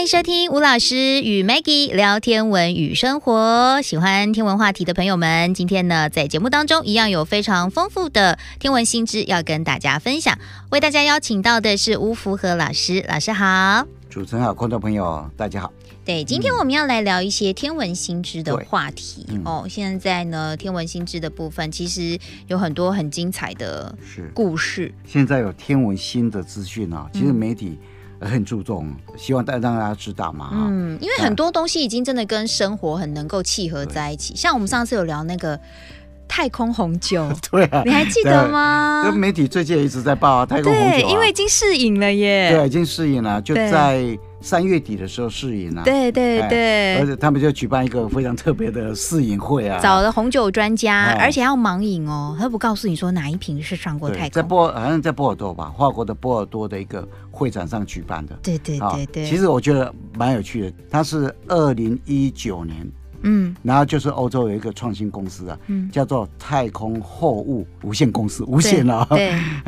迎收听吴老师与 Maggie 聊天文与生活。喜欢天文话题的朋友们，今天呢在节目当中一样有非常丰富的天文新知要跟大家分享。为大家邀请到的是吴福和老师，老师好。 主持人好，观众朋友大家好。 对，今天我们要来聊一些天文新知的话题哦。现在呢，天文新知的部分其实有很多很精彩的故事。 现在有天文新的资讯啊，其实媒体很注重，希望让大家知道嘛。 因为很多东西已经真的跟生活很能够契合在一起。像我们上次有聊那个太空红酒， 对啊， 你还记得吗？ 媒体最近一直在报太空红酒， 对，因为已经试饮了耶。 对，已经试饮了，就在3月底的时候试饮了。 对对对， 而且他们就举办一个非常特别的试饮会啊， 找了红酒专家，而且要盲饮哦，他不告诉你说哪一瓶是上过太空。 好像在波尔多吧，法国的波尔多的一个会展上举办的。 对对对对， 其实我觉得蛮有趣的，它是2019年。然后就是欧洲有一个创新公司啊，叫做太空货物无限公司，无限啊， 对，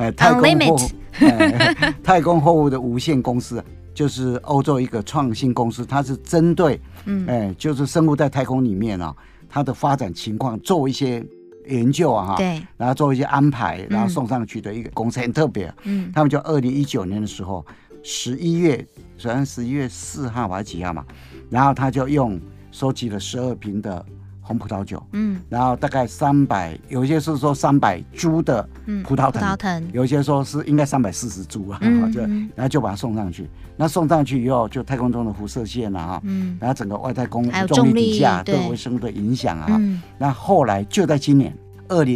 太空货物的无限公司，就是欧洲一个创新公司，它是针对，就是生物在太空里面啊，它的发展情况做一些研究啊， 对， 然后做一些安排，然后送上去的一个公司，很特别。他们就2019年的时候，11月4号还是几号嘛，然后他就用收集了12瓶的红葡萄酒，然后大概300，有一些是说300株的葡萄藤，有一些说是应该340株啊，然后就把它送上去。那送上去以后，就太空中的辐射线啊，然后整个外太空重力底下对微生物的影响啊，那后来就在今年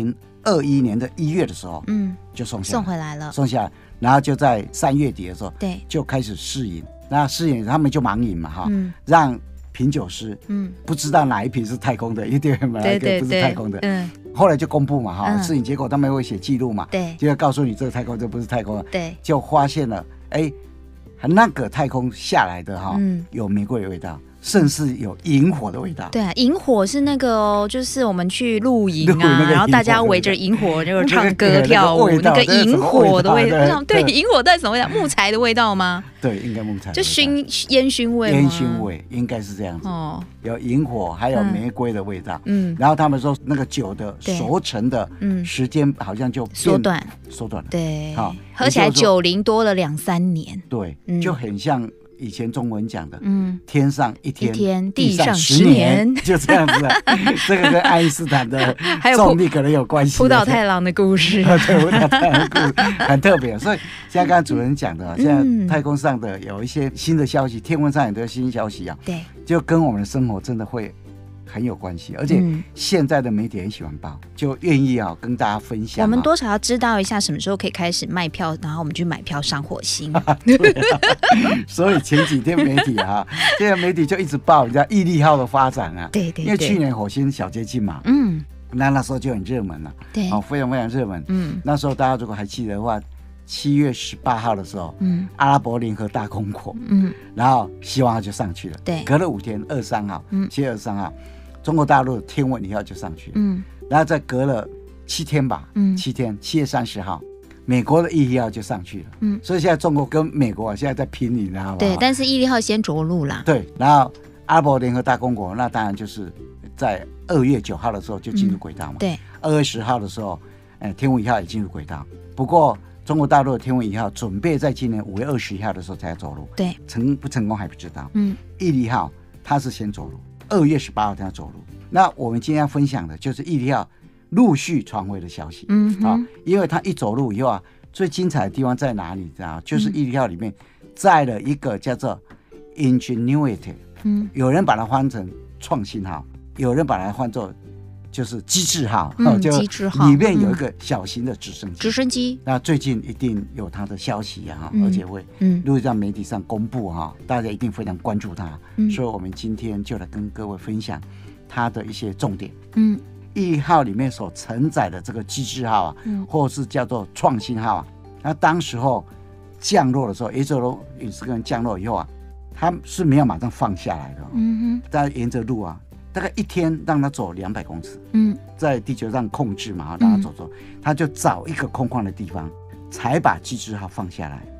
2021年的1月的时候，就送回来了，送下来，然后就在3月底的时候，对，就开始试饮。那试饮他们就盲饮嘛，让品酒师不知道哪一瓶是太空的，一定哪一个不是太空的。后来就公布嘛，试饮结果他们会写记录嘛，对，就要告诉你这个太空这不是太空的，对，就发现了，那个太空下来的有玫瑰的味道。甚至有萤火的味道。对啊， 萤火是那个哦，就是我们去露营啊，然后大家围着萤火就唱歌跳舞，那个萤火的味道。对，萤火到底什么味道？木材的味道吗？ 对，应该木材。 就烟熏味吗？ 烟熏味应该是这样子。哦，有萤火，还有玫瑰的味道。然后他们说那个酒的熟成的时间好像就缩短了。 对，好，喝起来酒龄多了2-3年。 对，就很像以前中文讲的，天上一天， 地上10年， 就这样子。这个跟爱因斯坦的重力可能有关系。 浦岛太郎的故事， 对，浦岛太郎的故事很特别。所以像刚才主任讲的，现在太空上的有一些新的消息，天文上有的新消息啊，对，就跟我们的生活真的会很有关系，而且现在的媒体很喜欢报，就愿意跟大家分享。 我们多少要知道一下什么时候可以开始卖票，然后我们去买票上火星。 所以前几天媒体现在媒体就一直报人家毅力号的发展啊，对，因为去年火星小接近嘛，那时候就很热门了，对，非常非常热门。那时候大家如果还记得的话，7月18号的时候，阿拉伯联合大空国，然后希望号就上去了，对，隔了5天，23号，7月23号。中国大陆的天文1号就上去了，然后再隔了7天吧，7天，7月30号，美国的毅力号就上去了，所以现在中国跟美国现在在拼，你知道吗？ 对，但是毅力号先着陆啦。 对，然后阿拉伯联合大公国，那当然就是在2月9号的时候就进入轨道嘛，对，2月10号的时候，天文1号也进入轨道，不过中国大陆的天文1号准备在今年5月21号的时候才要走路，对，成不成功还不知道。毅力号它是先走路，2月18号它要走路。那我们今天要分享的就是毅力号陆续传回的消息，因为它一走路以后最精彩的地方在哪里？知道？就是毅力号里面载了一个叫做 Ingenuity，有人把它翻成创新号，有人把它换作就是机智号，就里面有一个小型的直升机。那最近一定有它的消息而且会陆续在媒体上公布大家一定非常关注它。所以我们今天就来跟各位分享它的一些重点。毅力号里面所承载的这个机智号或是叫做创新号那当时候降落的时候，也就是说陨石跟降落以后它是没有马上放下来的，大家沿着路大概1天让它走200公尺，在地球上控制嘛，让它走，它就找一个空旷的地方，才把机智号放下来，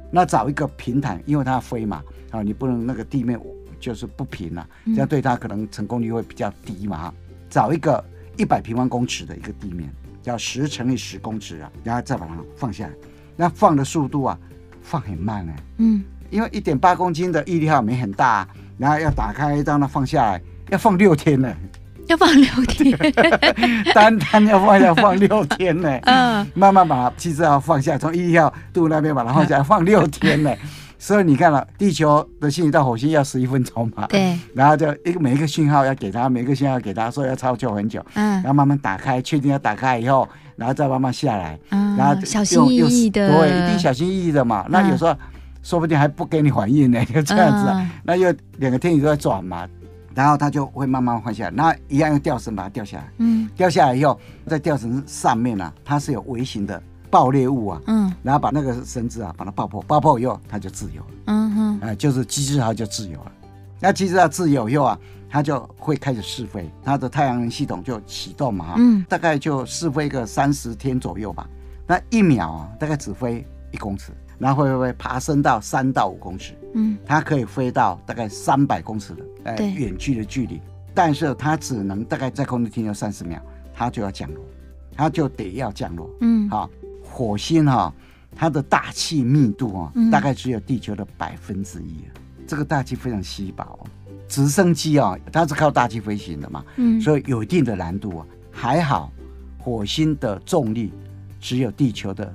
那找一个平坦，因为它飞嘛，你不能那个地面就是不平啊，这样对它可能成功率会比较低嘛。找一个100平方公尺的一个地面，叫10乘以10公尺啊，然后再把它放下来。那放的速度啊，放很慢呢。因为1.8公斤的毅力号没很大啊，然后要打开让它放下来，要放6天呢。 要放6天， 单要放6天呢。慢慢把机制号放下，从毅力号肚那边把它放下来，放6天呢。所以你看了，地球的信息到火星要11分钟嘛， 对， 然后就每一个讯号要给它，每一个讯号要给它，所以要操作很久，然后慢慢打开，确定要打开以后，然后再慢慢下来，然后小心翼翼的， 对，一定小心翼翼的嘛。那有时候说不定还不给你反应呢，就这样子啊。那又2个天体都在转嘛，然后它就会慢慢放下来，那一样用吊绳把它吊下来，吊下来以后，在吊绳上面啊，它是有微型的爆裂物啊，然后把那个绳子啊把它爆破，爆破以后它就自由了，就是机制号就自由了。那机制号自由以后啊，它就会开始试飞，它的太阳能系统就启动嘛，大概就试飞个30天左右吧。那1秒啊，大概只飞1公尺，然后会爬升到3到5公尺，它可以飞到大概300公尺的远距的距离，但是它只能大概在空中停留30秒，它就要降落，它就得要降落，好。火星它的大气密度大概只有地球的1%，这个大气非常稀薄。直升机它是靠大气飞行的嘛，所以有一定的难度还好，火星的重力只有地球的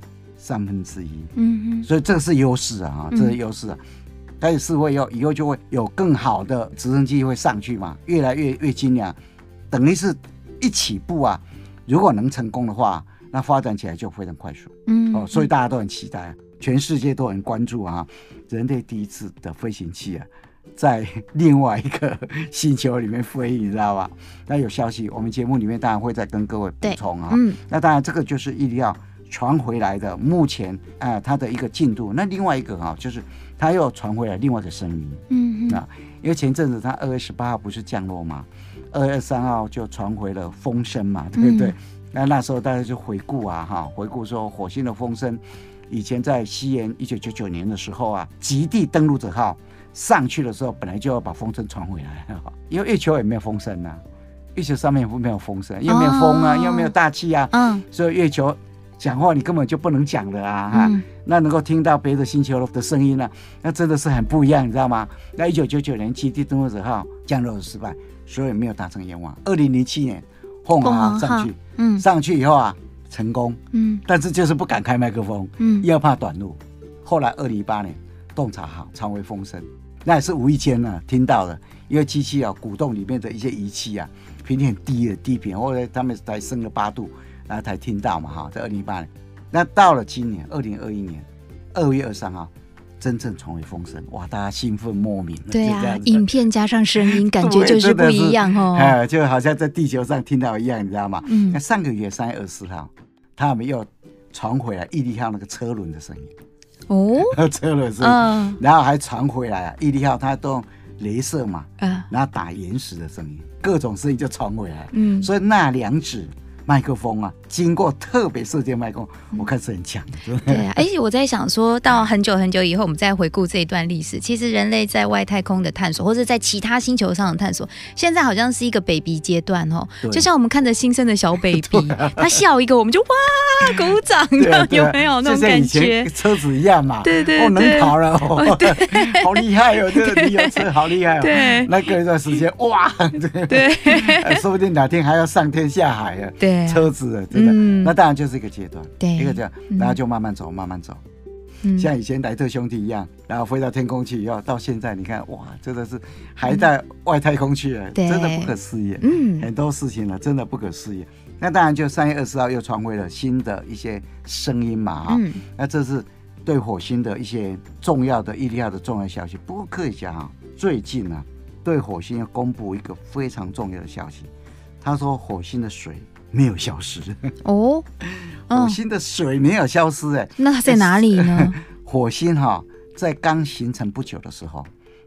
1/3，所以这个是优势啊，这是优势啊。开始试飞以后就会有更好的直升机会上去嘛，越来越精良，等于是一起步啊。如果能成功的话，那发展起来就非常快速，所以大家都很期待，全世界都很关注啊，人类第一次的飞行器啊，在另外一个星球里面飞，你知道吧？那有消息，我们节目里面当然会再跟各位补充啊。那当然这个就是毅力号传回来的，目前它的一个进度。那另外一个就是它又传回来另外一个声音，因为前阵子它2月18号不是降落嘛，2月23号就传回了风声嘛，对不对？那时候大家就回顾回顾说火星的风声，以前在西元1999年的时候啊，极地登陆者号上去的时候，本来就要把风声传回来，因为月球也没有风声啊，月球上面没有风声，又没有风啊，又没有大气啊，所以月球讲话你根本就不能讲的啊，那能够听到别的星球的声音呢，那真的是很不一样，你知道吗？那1999年极地登陆者号降落失败，所以没有达成愿望。2007年凤凰号上去，上去以后啊成功，但是就是不敢开麦克风，又怕短路。后来2018年洞察号传回风声，那也是无意间听到的，因为机器鼓动里面的一些仪器频率很低的低频，后来他们才升了8度，然后才听到嘛在2018年。那到了今年2021年2月23号。真正传回风声，哇！大家兴奋莫名。 对啊，影片加上声音，感觉就是不一样就好像在地球上听到一样，你知道吗？那上个月3月24号，他们又传回来毅力号那个车轮的声音车轮声音，然后还传回来毅力号它都用雷射嘛，然后打岩石的声音，各种声音就传回来。所以那2指麦克风经过特别设计麦克风，我看是很强的。 对啊，而且我在想说，到很久很久以后，我们再回顾这一段历史，其实人类在外太空的探索，或者在其他星球上的探索，现在好像是一个 baby 阶段就像我们看着新生的小 baby，他笑一个，我们就哇鼓掌，有没有那种感觉？ 就像以前车子一样嘛， 对， 能跑了好厉害这个旅游车好厉害对， 那隔一段时间哇， 对， 说不定哪天还要上天下海啊。 对。 车子真的，那当然就是一个阶段， 对， 一个这样，然后就慢慢走，慢慢走，像以前莱特兄弟一样，然后飞到天空去以后，到现在你看，哇，真的是还在外太空去了，真的不可思议，很多事情了，真的不可思议。那当然就3月20号又传回了新的一些声音嘛，那这是对火星的一些重要的毅力号的重要消息。不过科学家最近对火星要公布一个非常重要的消息，他说火星的水没有消失火星的水没有消失那在哪里呢？ 火星在刚形成不久的时候，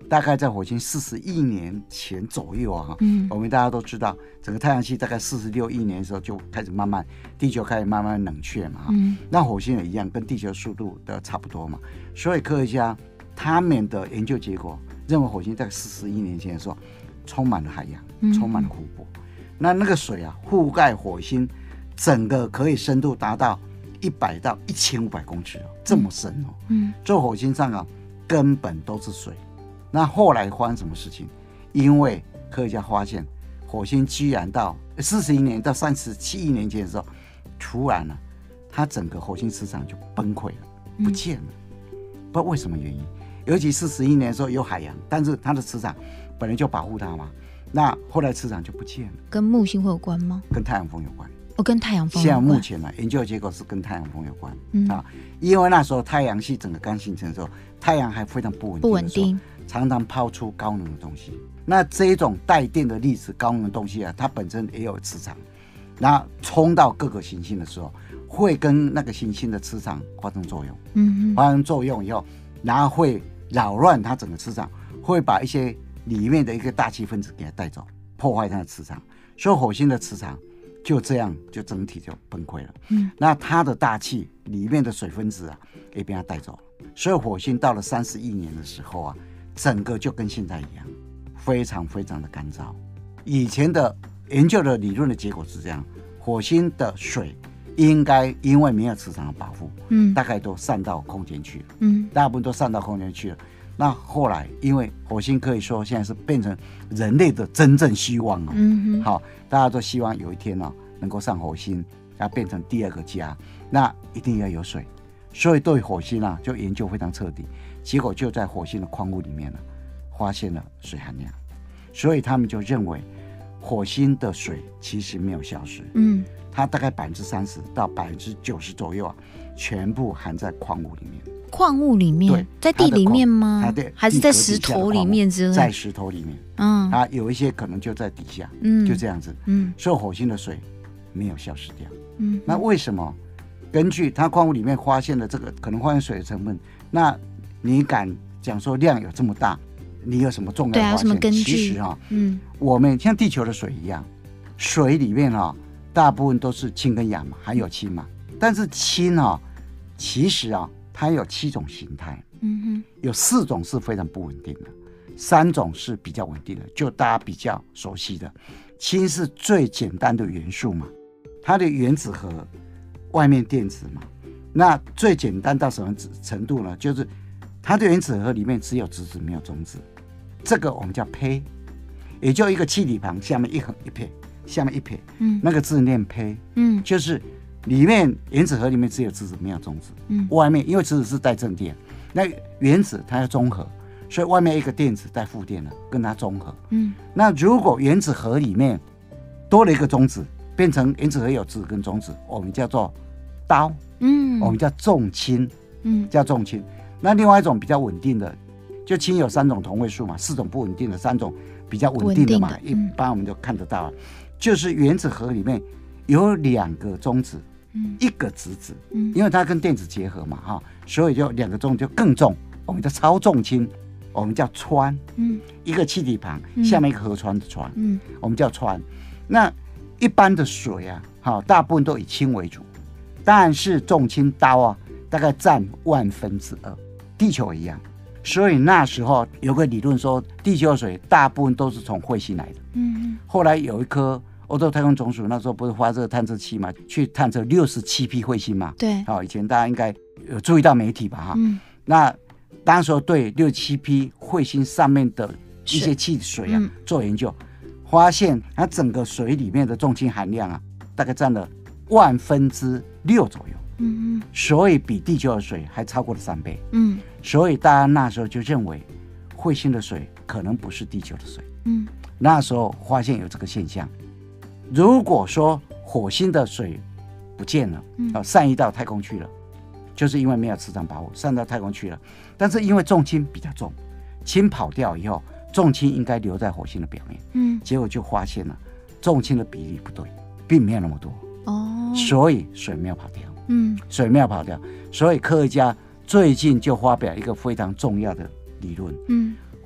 大概在火星40亿年前左右啊，我们大家都知道，整个太阳系大概46亿年的时候就开始地球开始慢慢冷却嘛，那火星也一样，跟地球速度的差不多嘛，所以科学家他们的研究结果认为火星在40亿年前的时候充满了海洋，充满了湖泊，那个水啊覆盖火星整个可以深度达到100到1500公尺这么深哦。这火星上啊根本都是水。那后来发生什么事情？因为科学家发现火星居然到40亿年到37亿年前的时候，突然它整个火星磁场就崩溃了，不见了。不知道为什么原因。尤其40亿年的时候有海洋，但是它的磁场本来就保护它嘛，那后来磁场就不见了。 跟木星会有关吗？ 跟太阳风有关。 跟太阳风有关。 现在目前研究结果是跟太阳风有关，因为那时候太阳系整个刚形成的时候，太阳还非常不稳定，常常抛出高能的东西。那这一种带电的粒子高能的东西啊，它本身也有磁场，那冲到各个行星的时候，会跟那个行星的磁场发生作用，发生作用以后，然后会扰乱它整个磁场，会把一些里面的一个大气分子给它带走，破坏它的磁场，所以火星的磁场就这样就整体就崩溃了。那它的大气里面的水分子啊也被它带走了，所以火星到了30亿年的时候啊，整个就跟现在一样，非常非常的干燥。以前的研究的理论的结果是这样，火星的水应该因为没有磁场的保护，大概都散到空间去了，大部分都散到空间去了。那后来因为火星可以说现在是变成人类的真正希望好，大家都希望有一天能够上火星，要变成第二个家，那一定要有水，所以对火星就研究非常彻底，结果就在火星的矿物里面发现了水含量，所以他们就认为火星的水其实没有消失，它大概30%到90%左右全部含在矿物里面。 矿物里面？在地里面吗？还是在石头里面之类？ 在石头里面，有一些可能就在底下，就这样子。所以火星的水没有消失掉。那为什么？根据它矿物里面发现的这个可能发现水的成分，那你敢讲说量有这么大，你有什么重要的发现？ 什么根据？ 其实我们像地球的水一样，水里面大部分都是氢跟氧嘛，含有氢嘛。但是氢其实它有7种形态，有4种是非常不稳定的，3种是比较稳定的，就大家比较熟悉的。氢是最简单的元素嘛，它的原子核外面电子嘛，那最简单到什么程度呢？就是它的原子核里面只有质子没有中子，这个我们叫胚，也就一个气体旁下面一横一撇，下面一撇，那个字念胚，就是里面原子核里面只有质子没有中子，外面因为质子是带正电，那原子它要中和，所以外面一个电子带负电了，跟它中和。那如果原子核里面多了一个中子，变成原子核有质子跟中子，我们叫做氘，我们叫重氢，叫重氢。那另外一种比较稳定的，就氢有3种同位素嘛，4种不稳定的，3种比较稳定的嘛，一般我们就看得到，就是原子核里面有2个中子，1个质子，因为它跟电子结合嘛，所以就2个中子就更重，我们叫超重氢，我们叫氚，一个气体旁下面一个河川的川，我们叫氚。那一般的水大部分都以氢为主，但是重氢氘大概占2/1000，地球一样。所以那时候有个理论说，地球水大部分都是从彗星来的。后来有一颗欧洲太空总署那时候不是发射探测器嘛，去探测67批彗星嘛。 对， 以前大家应该有注意到媒体吧？那当时候对67批彗星上面的一些气水做研究，发现它整个水里面的重氢含量大概占了6/1000左右。所以比地球的水还超过了3倍。所以大家那时候就认为彗星的水可能不是地球的水。那时候发现有这个现象。如果说火星的水不见了，散逸到太空去了，就是因为没有磁场保护，散到太空去了。但是因为重氢比较重，氢跑掉以后，重氢应该留在火星的表面。结果就发现了重氢的比例不对，并没有那么多。所以水没有跑掉。水没有跑掉，所以科学家最近就发表一个非常重要的理论。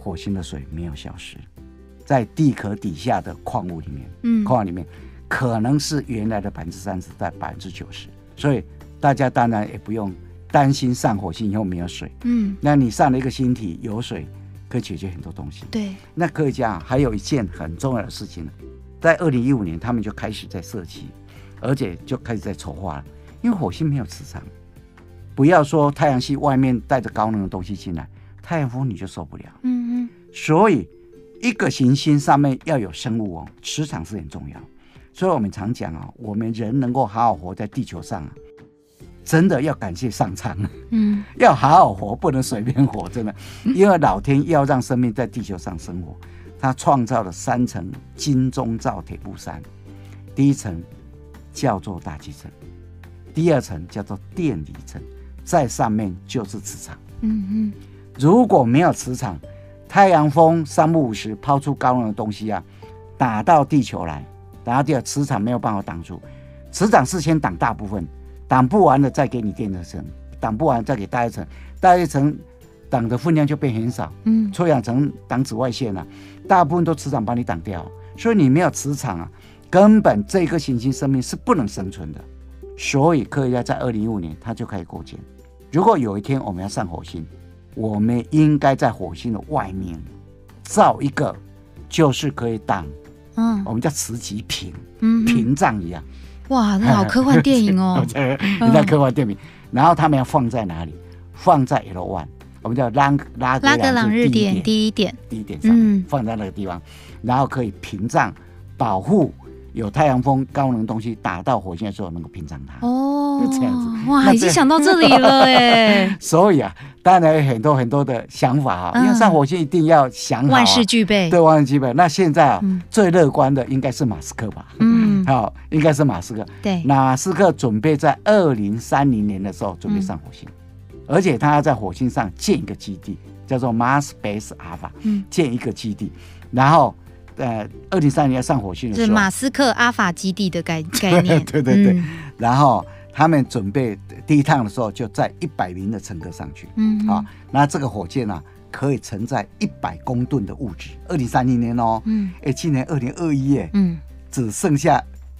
火星的水没有消失，在地壳底下的矿物里面，矿物里面可能是原来的30%在90%，所以大家当然也不用担心上火星以后没有水。那你上了一个星体有水，可以解决很多东西。 对， 那科学家还有一件很重要的事情呢，在2015年他们就开始在设计，而且就开始在筹划了，因为火星没有磁场。不要说太阳系外面带着高能的东西进来，太阳风你就受不了。所以一个行星上面要有生物哦，磁场是很重要。所以我们常讲啊，我们人能够好好活在地球上啊，真的要感谢上苍。要好好活，不能随便活，真的。因为老天要让生命在地球上生活，他创造了3层金钟罩铁布衫，第一层叫做大气层，第二层叫做电离层，在上面就是磁场。如果没有磁场，太阳风3不5时抛出高能的东西啊，打到地球来，打到地球，磁场没有办法挡住。磁场是先挡大部分，挡不完了再给你电离层，挡不完再给大气层，大气层挡的分量就变很少。臭氧层挡紫外线啊，大部分都磁场把你挡掉，所以你没有磁场啊，根本这个行星生命是不能生存的。所以科学家在2015年他就开始构建，如果有一天我们要上火星，我们应该在火星的外面造一个就是可以挡我们叫磁极屏，屏障一样。 哇，那好科幻电影哦！ 你在科幻电影，然后他们要放在哪里？放在 L1， 我们叫拉格朗日点第一点上，放在那个地方，然后可以屏障保护有太阳风高能东西打到火星的时候能够屏障它。就这样子。 哇，已经想到这里了哎。 所以啊，当然有很多很多的想法啊，因为上火星一定要想好， 万事俱备。 对，万事俱备。那现在啊，最乐观的应该是马斯克吧？好，应该是马斯克。 对， 马斯克准备在2030年的时候准备上火星，而且他要在火星上建一个基地，叫做 Mars Base Alpha，建一个基地，然后2030年要上火星的时候， 是马斯克阿法基地的概念。 对，然后他们准备第一趟的时候就载100名的乘客上去。那这个火箭啊可以承载100公吨的物质。2030年哦，今年2021耶，只剩下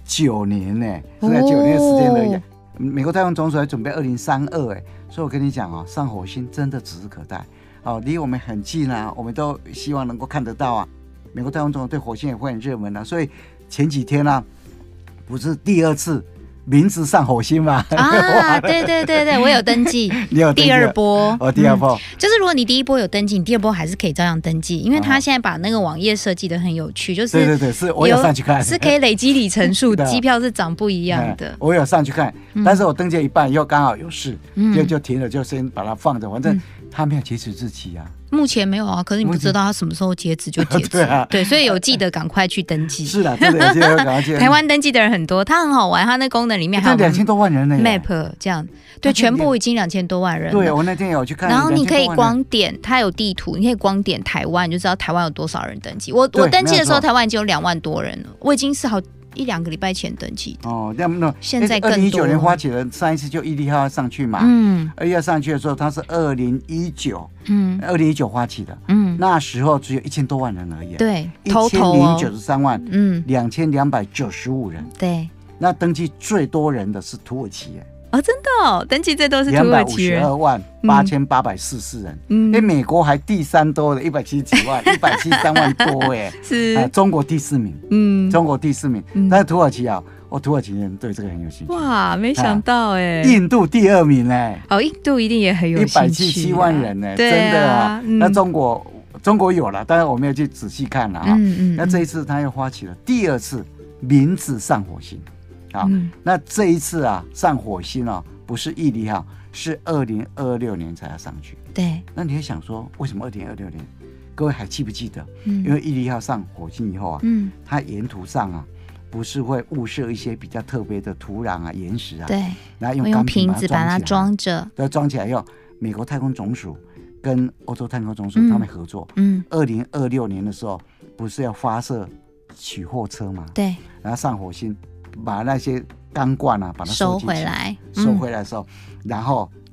9年呢，剩下9年的时间而已。美国太空总署还准备2032，所以我跟你讲哦，上火星真的指日可待。离我们很近啊，我们都希望能够看得到啊。美国太空总署对火星也会很热门啊，所以前几天啊，不是第2次名字上火星嘛？ 对，我有登记。 你有登记第2波？ 第2波就是如果你第1波有登记，你第2波还是可以照样登记，因为他现在把那个网页设计的很有趣，就是对，是我有上去看， 是可以累积里程数，机票是长不一样的。 我有上去看，但是我登记一半以后刚好有事，就停了，就先把它放着，反正它没有截止日期啊。 目前没有啊，可是你不知道它什么时候截止就截止。对，所以有记得赶快去登记。 是啊，真的有记得赶快去。 台湾登记的人很多，它很好玩，它那功能里面还有 2000多万人呢 ，Map 这样，对，全部已经2000多万人。 对，我那天有去看。 然后你可以光点，它有地图，你可以光点台湾，你就知道台湾有多少人登记。我登记的时候，台湾已经有2万多人了，我已经是1-2个礼拜前登记的。 那现在更多。 2019年发起了，上一次就1号要上去嘛。2号上去的时候，它是2019发起的。那时候只有1000多万人而已。 对 ，1093万，2295人。 对， 那登记最多人的是土耳其。 真的哦，登记最多是土耳其人 ，252万8844人。美国还第3多的170几万，173万多是中国第4名。中国第4名，但是土耳其啊，土耳其人对这个很有兴趣。 哇，没想到印度第2名印度一定也很有兴趣 ，177万人真的啊。那中国有了，当然我没有去仔细看了啊。那这一次他又发起了第2次名字上火星。那这一次啊，上火星啊，不是毅号，是2026年才要上去。 对， 那你会想说，为什么2026年？各位还记不记得？因为毅号上火星以后啊，它沿途上啊，不是会物色一些比较特别的土壤啊、岩石啊， 对， 然后用瓶子把它装着， 对，装起来以后，美国太空总署跟欧洲太空总署他们合作，2026年的时候，不是要发射取货车吗？ 对， 然后上火星。把那些钢罐啊，把它收回来， 收回来的时候，然后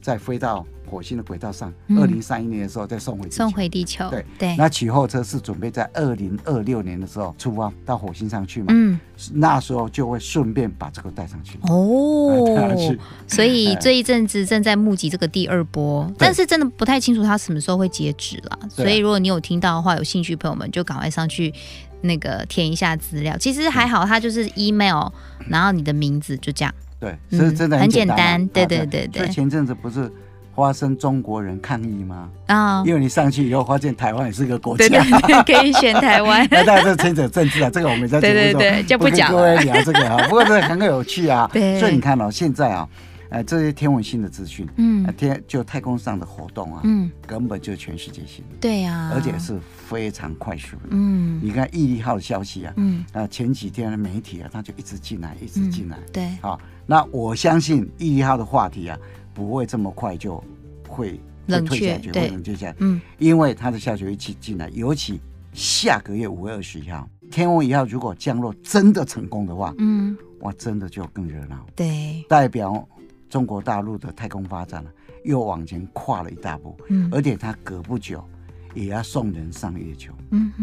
再飞到火星的轨道上，2031年的时候再送回地球。对。那取后车是准备在2026年的时候出发到火星上去嘛？那时候就会顺便把这个带上去。 所以这一阵子正在募集这个第2波，但是真的不太清楚它什么时候会截止啦。所以如果你有听到的话，有兴趣朋友们就赶快上去那个填一下资料。其实还好，它就是 email， 然后你的名字就这样。 对，所以真的很简单。 对。 所以前阵子不是发生中国人抗议吗？因为你上去以后发现台湾也是个国家， 对，可以选台湾。 那当然这牵扯政治啊，这个我们在节目中就不讲了。 各位聊这个啊，不过这个很有趣啊。所以你看现在啊，这些天文新的资讯，就太空上的活动啊，根本就是全世界性的。 对啊， 而且是非常快速的。你看毅力号的消息啊，前几天的媒体啊，它就一直进来。 对， 那我相信毅力号的话题啊，不会这么快就会冷却下来。因为它的下雪会进来，尤其下个月5月21号，天文1号如果降落真的成功的话，哇，真的就更热闹。 对， 代表中国大陆的太空发展又往前跨了一大步。而且它隔不久也要送人上月球。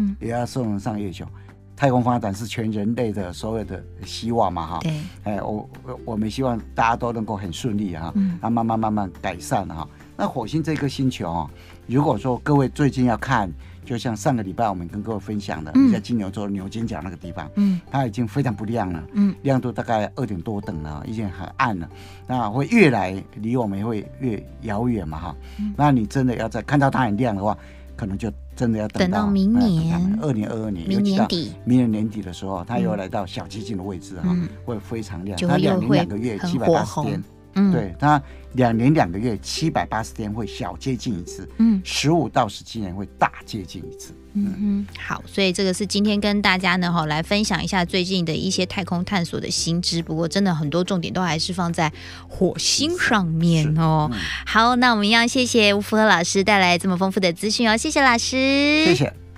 太空发展是全人类的所有的希望嘛，哈。 对。 我们希望大家都能够很顺利哈，那慢慢改善哈。那火星这个星球如果说各位最近要看，就像上个礼拜我们跟各位分享的，在金牛座牛津角那个地方，它已经非常不亮了，亮度大概2点多等了，已经很暗了，那会越来离我们会越遥远嘛，哈。那你真的要再看到它很亮的话，可能就真的要等到明年 2022年， 明年底， 明年年底的时候，它又来到小接近的位置会非常亮。 它 2年2个月780天，对，它2年2个月780天会小接近一次，15到17年会大接近一次。 好，所以这个是今天跟大家呢来分享一下最近的一些太空探索的新知，不过真的很多重点都还是放在火星上面哦。好，那我们要谢谢吴福和老师带来这么丰富的资讯哦，谢谢老师， 谢谢。